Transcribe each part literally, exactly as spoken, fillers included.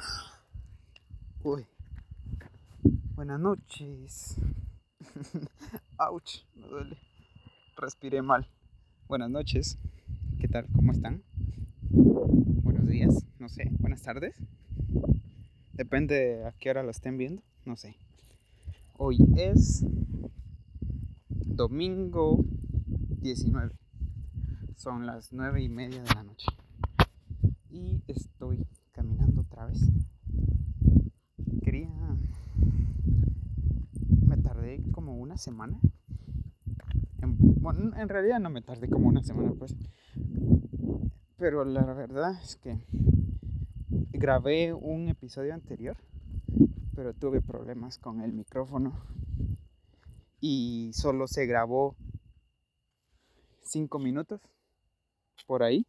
Uy, buenas noches. Ouch, me duele. Respiré mal. Buenas noches. ¿Qué tal? ¿Cómo están? Buenos días, no sé. Buenas tardes. Depende a qué hora lo estén viendo. No sé. Hoy es domingo diecinueve. Son las nueve y media de la noche. Y estoy caminando otra vez. Quería... Me tardé como una semana. En... Bueno, en realidad no me tardé como una semana, pues. Pero la verdad es que grabé un episodio anterior, pero tuve problemas con el micrófono y solo se grabó cinco minutos por ahí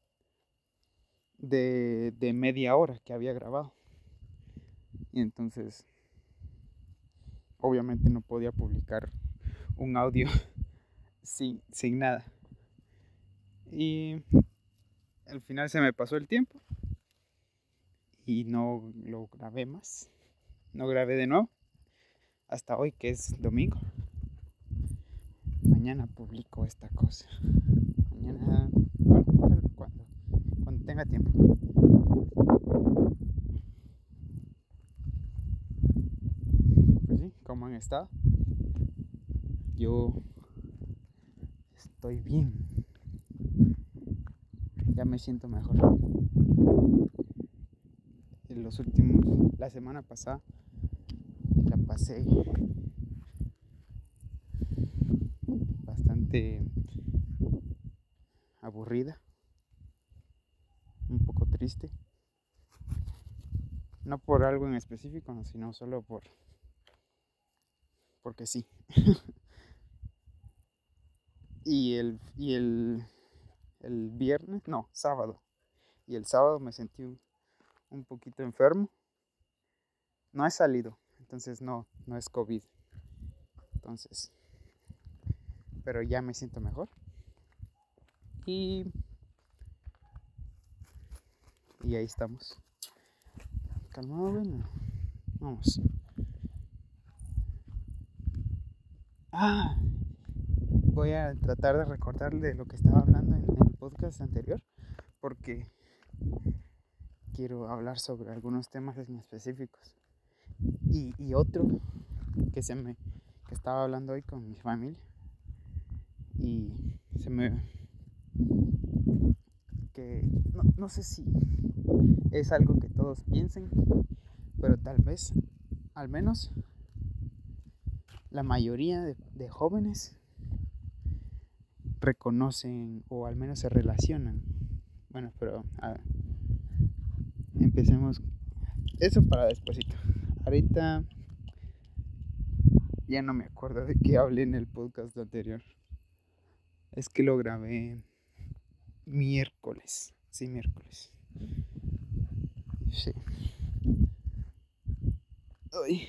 de, de media hora que había grabado. Y entonces, obviamente no podía publicar un audio sin, sin nada. Y al final se me pasó el tiempo y no lo grabé más. No grabé de nuevo hasta hoy, que es domingo. Mañana publico esta cosa. Mañana, bueno, cuando, cuando tenga tiempo. Pues sí, ¿cómo han estado? Yo estoy bien. Ya me siento mejor. En los últimos, la semana pasada la pasé bastante aburrida, un poco triste. No por algo en específico, sino solo por porque sí. y el y el el viernes, no, sábado. Y el sábado me sentí un, un poquito enfermo. No he salido, entonces no, no es COVID. Entonces, pero ya me siento mejor. Y, y ahí estamos. Calmado, bueno. Vamos. Ah, voy a tratar de recordar de lo que estaba hablando en el podcast anterior, porque quiero hablar sobre algunos temas en específicos. Y, y otro que se me que estaba hablando hoy con mi familia y se me que no, no sé si es algo que todos piensen, pero tal vez, al menos la mayoría de, de jóvenes reconocen o al menos se relacionan. Bueno, pero a ver, empecemos eso para despuesito. Ahorita ya no me acuerdo de qué hablé en el podcast anterior. Es que lo grabé miércoles. Sí, miércoles. Sí. Ay.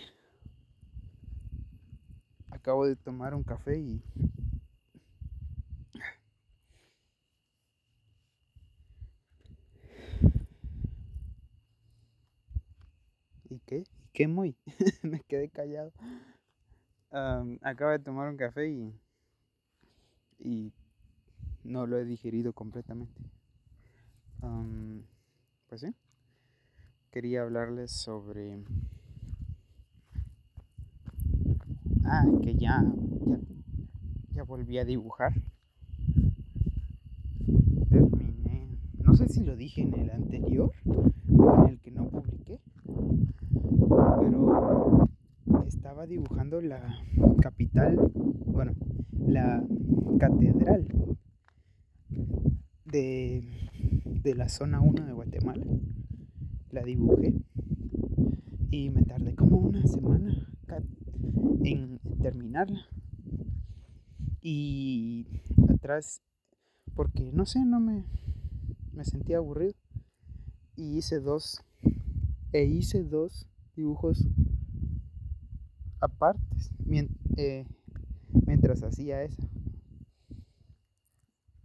Acabo de tomar un café y ¿y qué? ¿Y qué muy? Me quedé callado. Um, acabo de tomar un café y y no lo he digerido completamente. Um, pues sí, quería hablarles sobre... Ah, que ya, ya, ya volví a dibujar. Terminé, no sé si lo dije en el anterior o en el que no publiqué, pero estaba dibujando la capital, bueno, la catedral de, de la zona uno de Guatemala. La dibujé y me tardé como una semana en terminarla. Y atrás, porque no sé, no me, me sentía aburrido. Y hice dos, e hice dos dibujos apartes mien- eh, mientras hacía eso.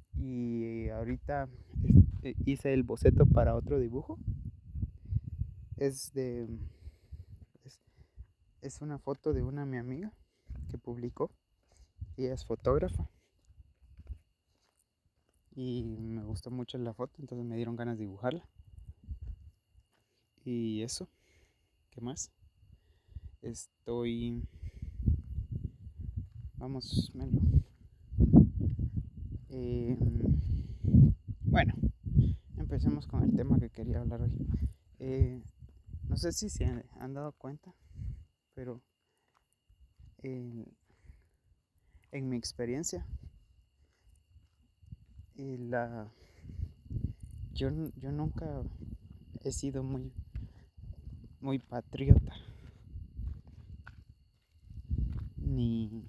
Y ahorita este, hice el boceto para otro dibujo. es de... Es, es una foto de una mi amiga que publicó. Ella es fotógrafa. Y me gustó mucho la foto, entonces me dieron ganas de dibujarla. Y eso, ¿qué más? Estoy... Vamos, Melo. Eh, bueno, empecemos con el tema que quería hablar hoy. Eh, no sé si se han, han dado cuenta, pero eh, en mi experiencia, eh, la, yo, yo nunca he sido muy, muy patriota, ni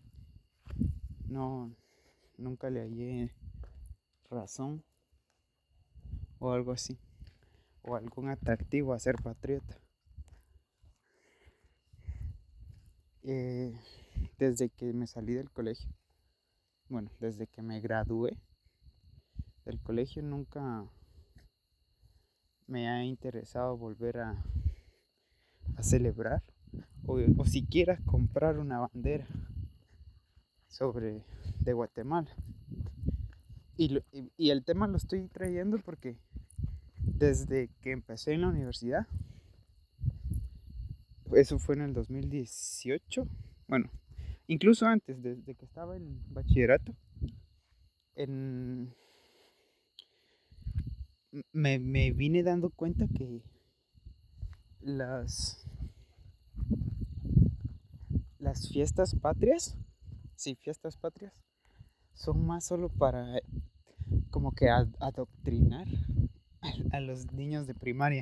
no, nunca le hallé razón o algo así, o algún atractivo a ser patriota. Eh, desde que me salí del colegio, bueno, desde que me gradué del colegio, nunca me ha interesado volver a, a celebrar o, o siquiera comprar una bandera sobre de Guatemala. Y, lo, y, y el tema lo estoy trayendo porque desde que empecé en la universidad, eso fue en el dos mil dieciocho, bueno, incluso antes, desde que estaba en bachillerato, en, me, me vine dando cuenta que las, las fiestas patrias, sí, fiestas patrias, son más solo para como que ad- adoctrinar a, a los niños de primaria.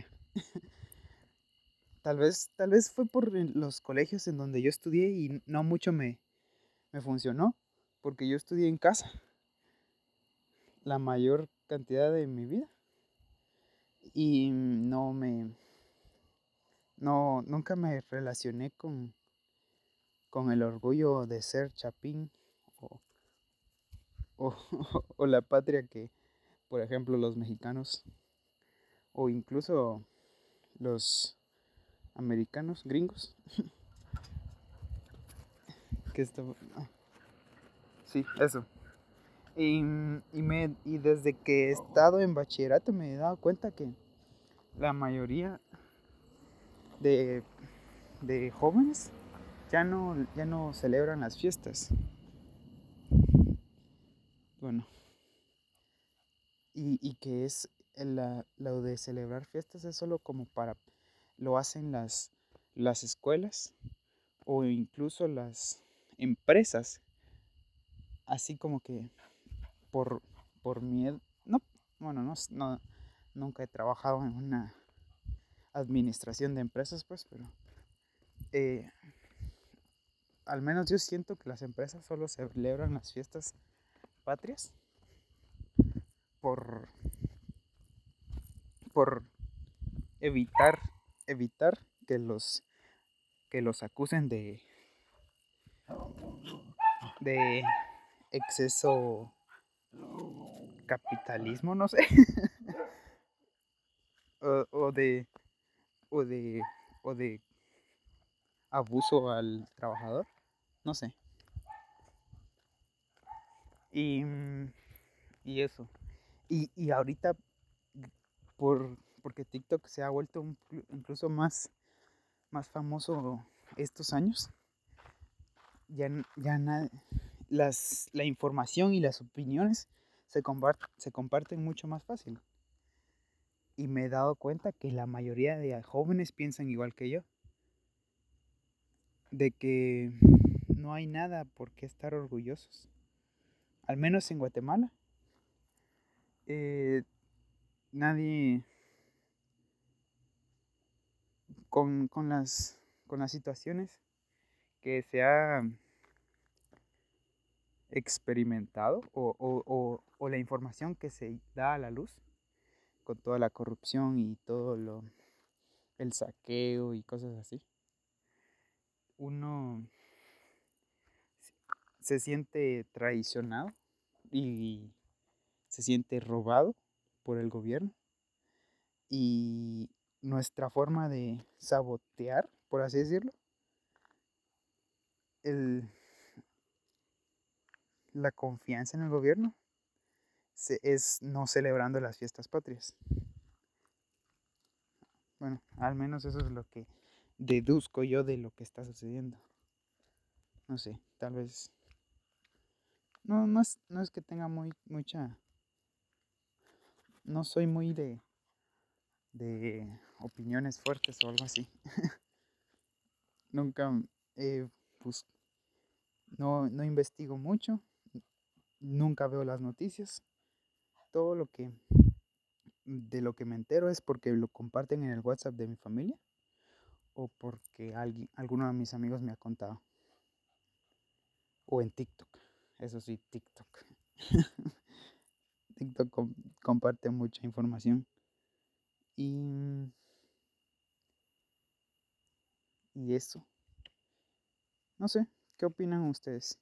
Tal vez, tal vez fue por los colegios en donde yo estudié y no mucho me, me funcionó, porque yo estudié en casa la mayor cantidad de mi vida y no me, no, nunca me relacioné con, con el orgullo de ser chapín o, o, o la patria que, por ejemplo, los mexicanos o incluso los americanos, gringos, que esto, sí, eso. Y, y, me, y desde que he estado en bachillerato me he dado cuenta que la mayoría de, de jóvenes ya no, ya no celebran las fiestas. Bueno, y, y que es la, lo de celebrar fiestas es solo como para, lo hacen las, las escuelas o incluso las empresas, así como que por, por miedo, no, bueno, no, no, nunca he trabajado en una administración de empresas, pues, pero eh, al menos yo siento que las empresas solo celebran las fiestas patrias por, por evitar, evitar que los, que los acusen de, de exceso capitalismo, no sé, o, o de, o de, o de abuso al trabajador, no sé. Y, y eso. Y, y ahorita, por, porque TikTok se ha vuelto un, incluso más, más famoso estos años, ya, ya na, las, la información y las opiniones se, compart, se comparten mucho más fácil. Y me he dado cuenta que la mayoría de jóvenes piensan igual que yo. De que no hay nada por qué estar orgullosos. Al menos en Guatemala. Eh, nadie con, con, las, con las situaciones que se ha experimentado o, o, o, o la información que se da a la luz con toda la corrupción y todo lo el saqueo y cosas así, uno se siente traicionado y se siente robado por el gobierno y nuestra forma de sabotear, por así decirlo, el, la confianza en el gobierno se, es no celebrando las fiestas patrias. Bueno, al menos eso es lo que deduzco yo de lo que está sucediendo. No sé, tal vez... No, no es, no es que tenga muy, mucha... No soy muy de, de opiniones fuertes o algo así. Nunca, eh, pues, no, no investigo mucho. Nunca veo las noticias. Todo lo que... De lo que me entero es porque lo comparten en el WhatsApp de mi familia o porque alguien, alguno de mis amigos me ha contado. O en TikTok. Eso sí, TikTok. TikTok com- comparte mucha información. Y, y eso. No sé, ¿qué opinan ustedes?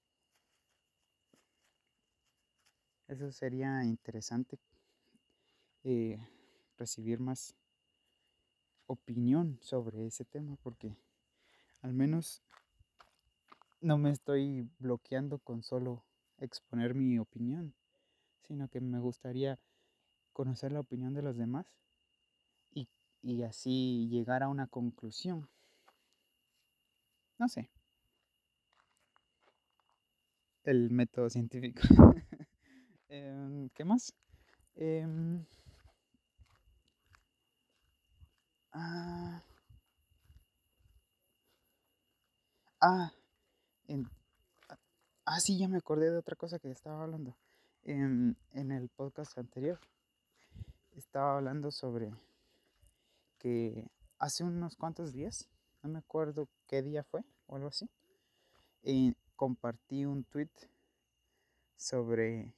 Eso sería interesante, eh, recibir más opinión sobre ese tema porque al menos no me estoy bloqueando con solo exponer mi opinión, sino que me gustaría conocer la opinión de los demás y, y así llegar a una conclusión. No sé, el método científico. Em, ¿qué más? Em, ah, ah, en- ah, sí, ya me acordé de otra cosa que estaba hablando. En, en el podcast anterior estaba hablando sobre que hace unos cuantos días, no me acuerdo qué día fue o algo así, y compartí un tweet sobre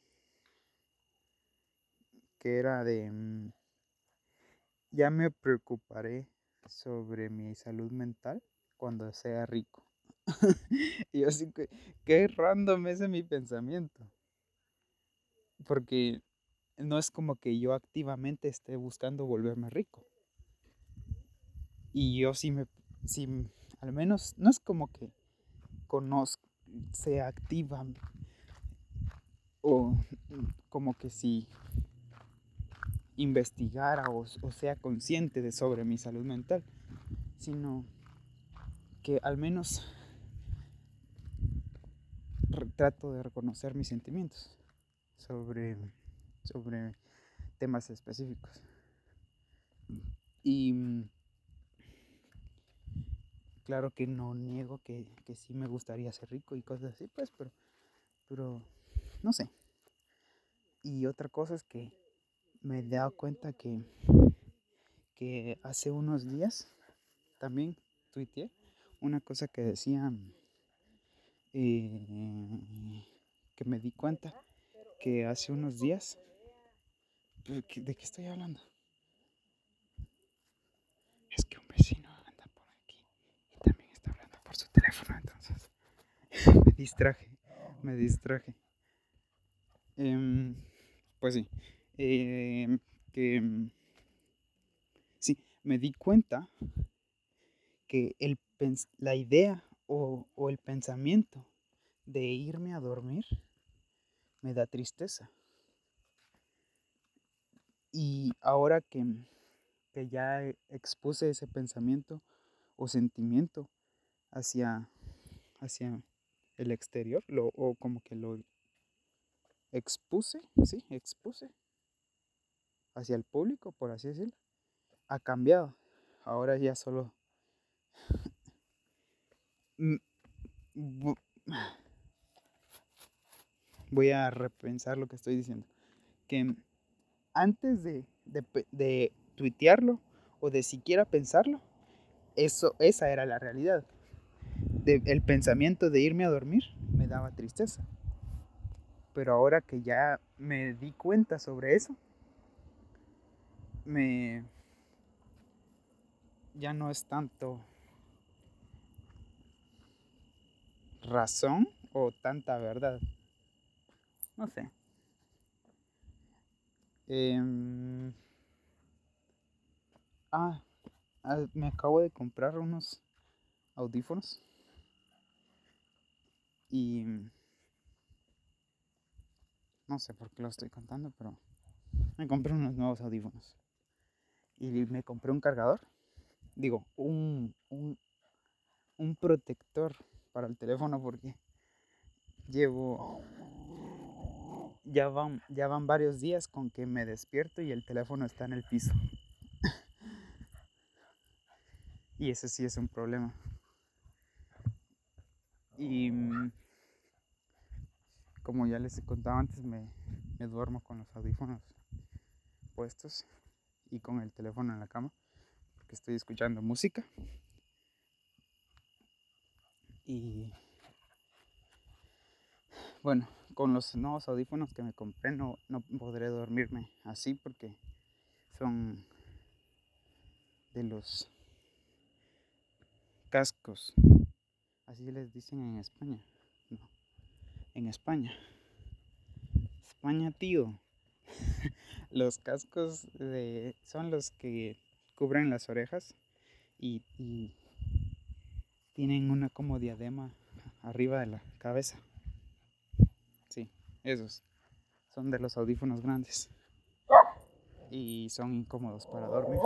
que era de mm, ya me preocuparé sobre mi salud mental cuando sea rico. Y yo así que, qué random ese mi pensamiento, porque no es como que yo activamente esté buscando volverme rico. Y yo sí me, sí, al menos, no es como que conozco, se activa o como que si investigara o, o sea consciente de sobre mi salud mental, sino que al menos trato de reconocer mis sentimientos sobre, sobre temas específicos. Y mm, claro que no niego que, que sí me gustaría ser rico y cosas así, pues, pero, pero no sé. Y otra cosa es que me he dado cuenta que, que hace unos días también tuiteé una cosa que decía, eh, que me di cuenta que hace unos días, ¿de qué, de qué estoy hablando? Es que un vecino anda por aquí y también está hablando por su teléfono, entonces me distraje, me distraje. Em, pues sí, em, que sí, me di cuenta que el, la idea o, o el pensamiento de irme a dormir me da tristeza. Y ahora que, que ya expuse ese pensamiento o sentimiento hacia, hacia el exterior, lo, o como que lo expuse, sí, expuse hacia el público, por así decirlo, ha cambiado. Ahora ya solo mm, voy a repensar lo que estoy diciendo. Que antes de, de, de tuitearlo o de siquiera pensarlo, eso, esa era la realidad. De, el pensamiento de irme a dormir me daba tristeza. Pero ahora que ya me di cuenta sobre eso, me ya no es tanto razón o tanta verdad. No sé. Eh, Ah, ah, me acabo de comprar unos audífonos y no sé por qué lo estoy contando, pero me compré unos nuevos audífonos y me compré un cargador, digo, un, un, un protector para el teléfono porque llevo, ya van, ya van varios días con que me despierto y el teléfono está en el piso. Y ese sí es un problema. Y mm, como ya les contaba antes, me, me duermo con los audífonos puestos y con el teléfono en la cama porque estoy escuchando música. Y bueno, con los nuevos audífonos que me compré no, no podré dormirme así porque son de los cascos. Así les dicen en España. No, en España. España, tío. Los cascos de, son los que cubren las orejas y, y tienen una como diadema arriba de la cabeza. Sí, esos son de los audífonos grandes y son incómodos para dormir.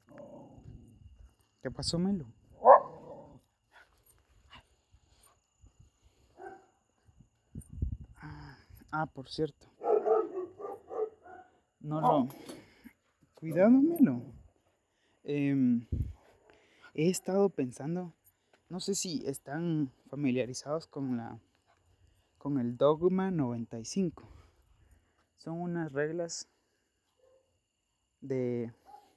¿Qué pasó, Melo? Ah, por cierto, no lo... Cuidado, Melo. Em, he estado pensando, no sé si están familiarizados con la con el Dogma noventa y cinco. Son unas reglas de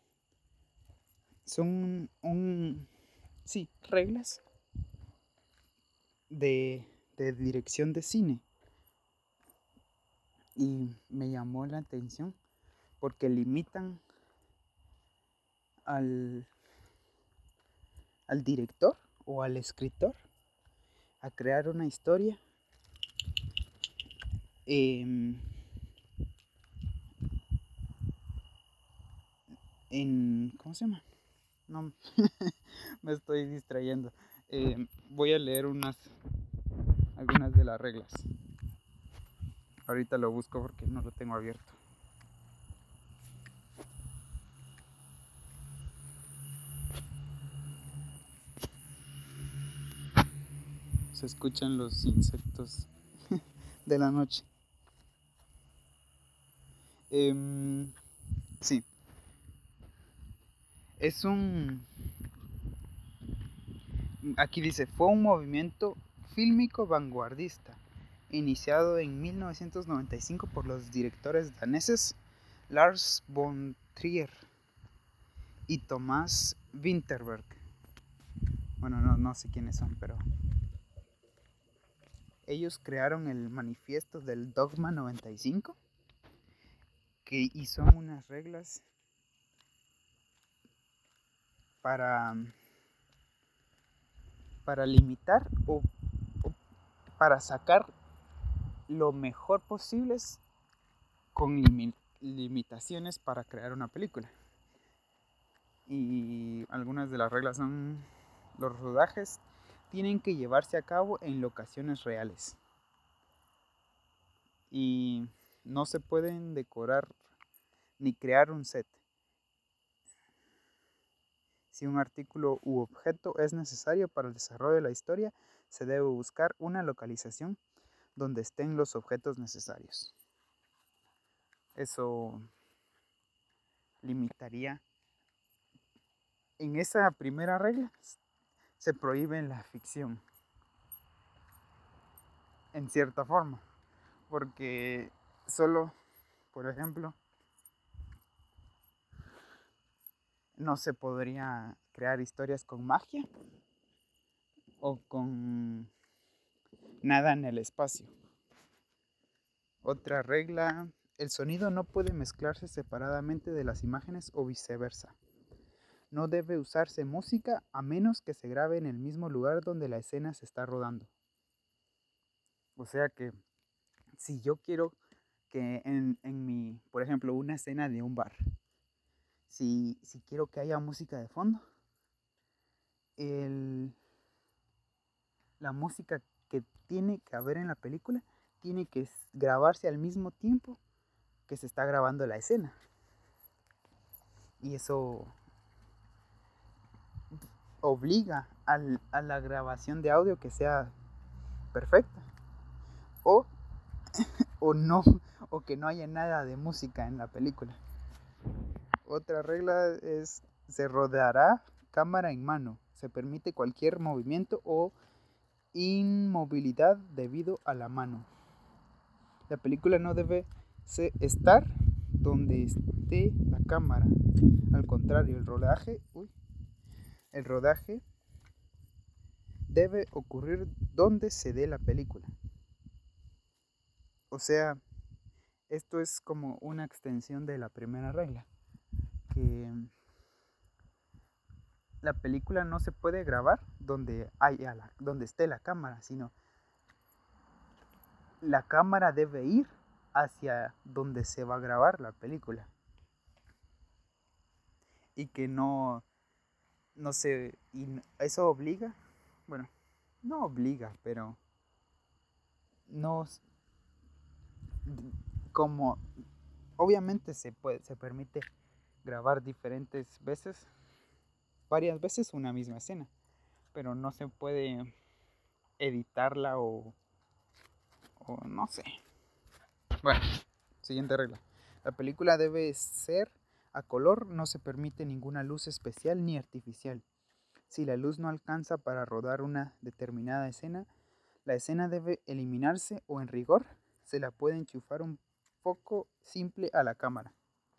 son un sí, reglas de, de dirección de cine y me llamó la atención porque limitan al al director o al escritor a crear una historia eh, en ¿cómo se llama? No, me estoy distrayendo. Eh, voy a leer unas algunas de las reglas. Ahorita lo busco porque no lo tengo abierto. Se escuchan los insectos de la noche. Eh, sí, es un... Aquí dice, fue un movimiento fílmico vanguardista, iniciado en mil novecientos noventa y cinco por los directores daneses Lars von Trier y Thomas Vinterberg. Bueno, no, no sé quiénes son, pero ellos crearon el manifiesto del Dogma noventa y cinco, que y son unas reglas para para limitar o, o para sacar lo mejor posible con limi- limitaciones para crear una película. Y algunas de las reglas son: los rodajes tienen que llevarse a cabo en locaciones reales y no se pueden decorar ni crear un set. Si un artículo u objeto es necesario para el desarrollo de la historia, se debe buscar una localización donde estén los objetos necesarios. Eso limitaría. En esa primera regla se prohíbe la ficción, en cierta forma, porque solo, por ejemplo, no se podría crear historias con magia o con nada en el espacio. Otra regla: el sonido no puede mezclarse separadamente de las imágenes o viceversa. No debe usarse música a menos que se grabe en el mismo lugar donde la escena se está rodando. O sea que si yo quiero que en, en mi, por ejemplo, una escena de un bar, si, si quiero que haya música de fondo, el, la música que tiene que haber en la película tiene que grabarse al mismo tiempo que se está grabando la escena. Y eso obliga al, a la grabación de audio que sea perfecta. O, o no, o que no haya nada de música en la película. Otra regla es: se rodará cámara en mano. Se permite cualquier movimiento o inmovilidad debido a la mano. La película no debe estar donde esté la cámara. Al contrario, el rodaje, uy, el rodaje debe ocurrir donde se dé la película. O sea, esto es como una extensión de la primera regla, que la película no se puede grabar donde haya la, donde esté la cámara, sino la cámara debe ir hacia donde se va a grabar la película. Y que no, no se, y eso obliga, bueno, no obliga, pero no, como obviamente se puede, se permite grabar diferentes veces, varias veces una misma escena, pero no se puede editarla o, o no sé. Bueno, siguiente regla. La película debe ser a color, no se permite ninguna luz especial ni artificial. Si la luz no alcanza para rodar una determinada escena, la escena debe eliminarse o, en rigor, se la puede enchufar un foco simple a la cámara.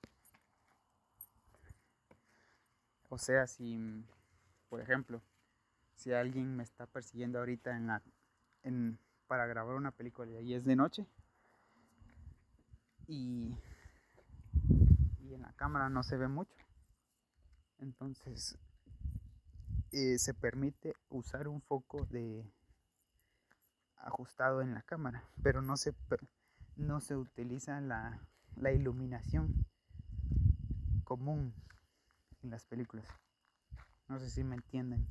O sea, si, por ejemplo, si alguien me está persiguiendo ahorita en la, en, para grabar una película y es de noche y, y en la cámara no se ve mucho, entonces eh, se permite usar un foco de ajustado en la cámara, pero no se, no se utiliza la, la iluminación común en las películas. No sé si me entienden.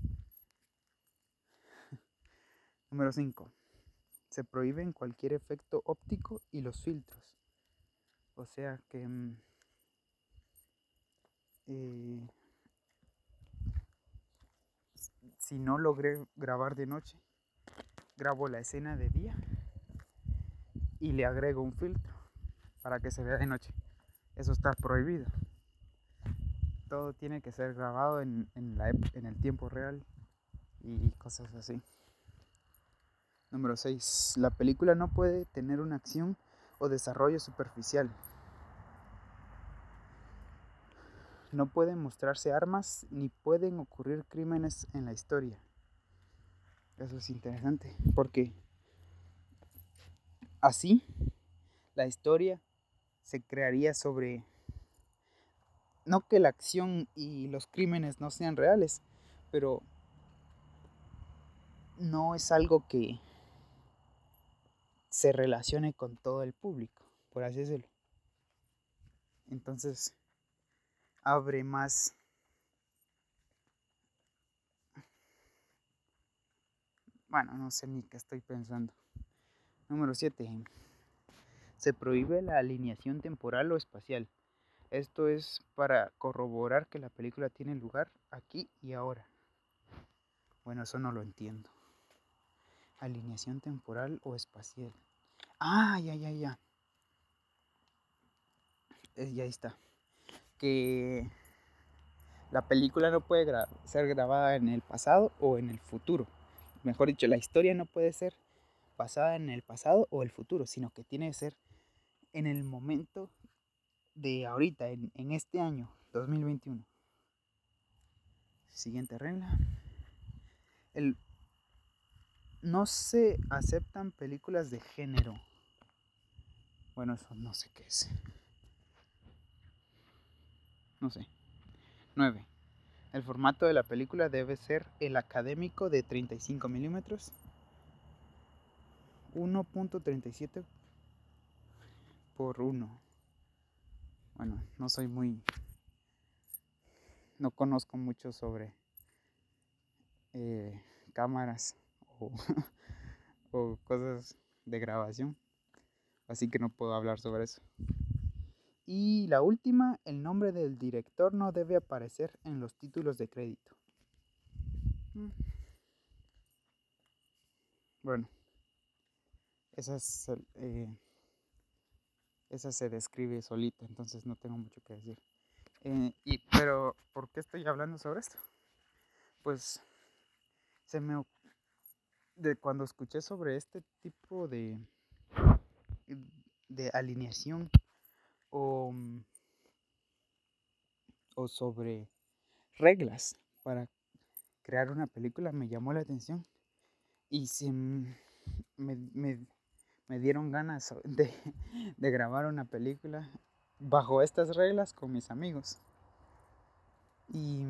Número cinco. Se prohíben cualquier efecto óptico y los filtros. O sea que eh, si no logré grabar de noche, grabo la escena de día y le agrego un filtro para que se vea de noche. Eso está prohibido. Todo tiene que ser grabado en, en, la, en el tiempo real y cosas así. Número seis. La película no puede tener una acción o desarrollo superficial. No pueden mostrarse armas ni pueden ocurrir crímenes en la historia. Eso es interesante, porque así la historia se crearía sobre, no que la acción y los crímenes no sean reales, pero no es algo que se relacione con todo el público, por así decirlo. Entonces abre más, bueno, no sé ni qué estoy pensando. Número siete. Se prohíbe la alineación temporal o espacial. Esto es para corroborar que la película tiene lugar aquí y ahora. Bueno, eso no lo entiendo. Alineación temporal o espacial. Ah, ya, ya, ya. Eh, ya está. Que la película no puede gra- ser grabada en el pasado o en el futuro. Mejor dicho, la historia no puede ser basada en el pasado o el futuro, sino que tiene que ser en el momento de ahorita, en, en este año, dos mil veintiuno. Siguiente regla. El, no se aceptan películas de género. Bueno, eso no sé qué es. No sé. nueve. El formato de la película debe ser el académico de treinta y cinco milímetros, uno punto treinta y siete por uno. Bueno, no soy muy no conozco mucho sobre eh, cámaras o, o cosas de grabación, así que no puedo hablar sobre eso. Y la última, el nombre del director no debe aparecer en los títulos de crédito. Bueno, esa, es, eh, esa se describe solita, entonces no tengo mucho que decir. Eh, y, pero, ¿por qué estoy hablando sobre esto? Pues se me de cuando escuché sobre este tipo de de alineación o, o sobre reglas para crear una película me llamó la atención y se me, me, me dieron ganas de, de grabar una película bajo estas reglas con mis amigos y,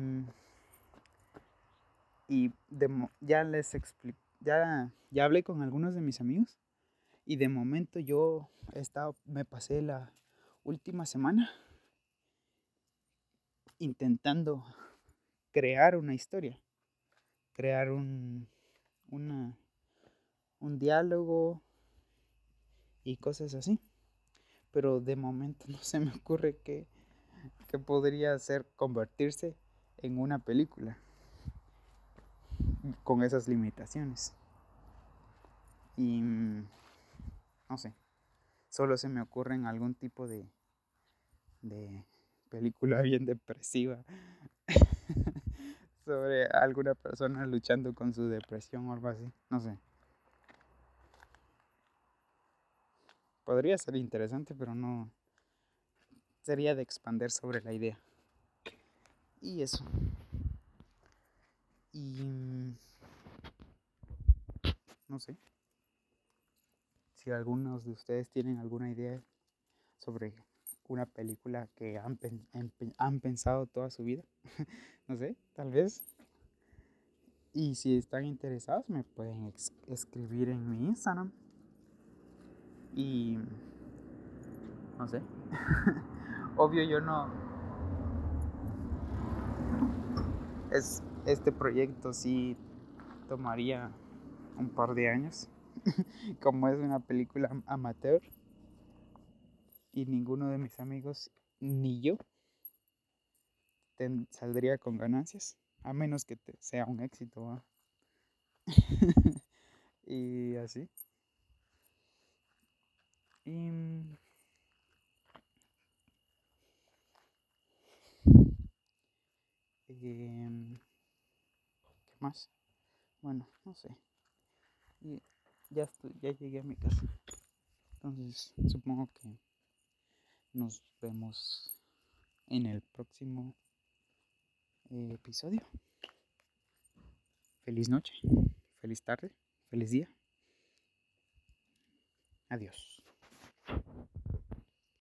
y de, ya les expliqué, ya, ya hablé con algunos de mis amigos y de momento yo he estado, me pasé la última semana intentando crear una historia, crear un, una, un diálogo y cosas así. Pero de momento no se me ocurre que, que podría ser convertirse en una película con esas limitaciones. Y no sé, solo se me ocurren algún tipo de, de película bien depresiva sobre alguna persona luchando con su depresión o algo así, no sé. Podría ser interesante, pero no sería de expander sobre la idea. Y eso. Y no sé si algunos de ustedes tienen alguna idea sobre una película que han, han pensado toda su vida. No sé, tal vez. Y si están interesados me pueden escribir en mi Instagram. Y no sé. Obvio yo no. Es, este proyecto sí tomaría un par de años. Como es una película amateur. Y ninguno de mis amigos ni yo ten, saldría con ganancias. A menos que te, sea un éxito. Y así. Y Eh, ¿qué más? Bueno, no sé. Y ya estoy, ya llegué a mi casa. Entonces, supongo que nos vemos en el próximo eh, episodio. Feliz noche, feliz tarde, feliz día. Adiós.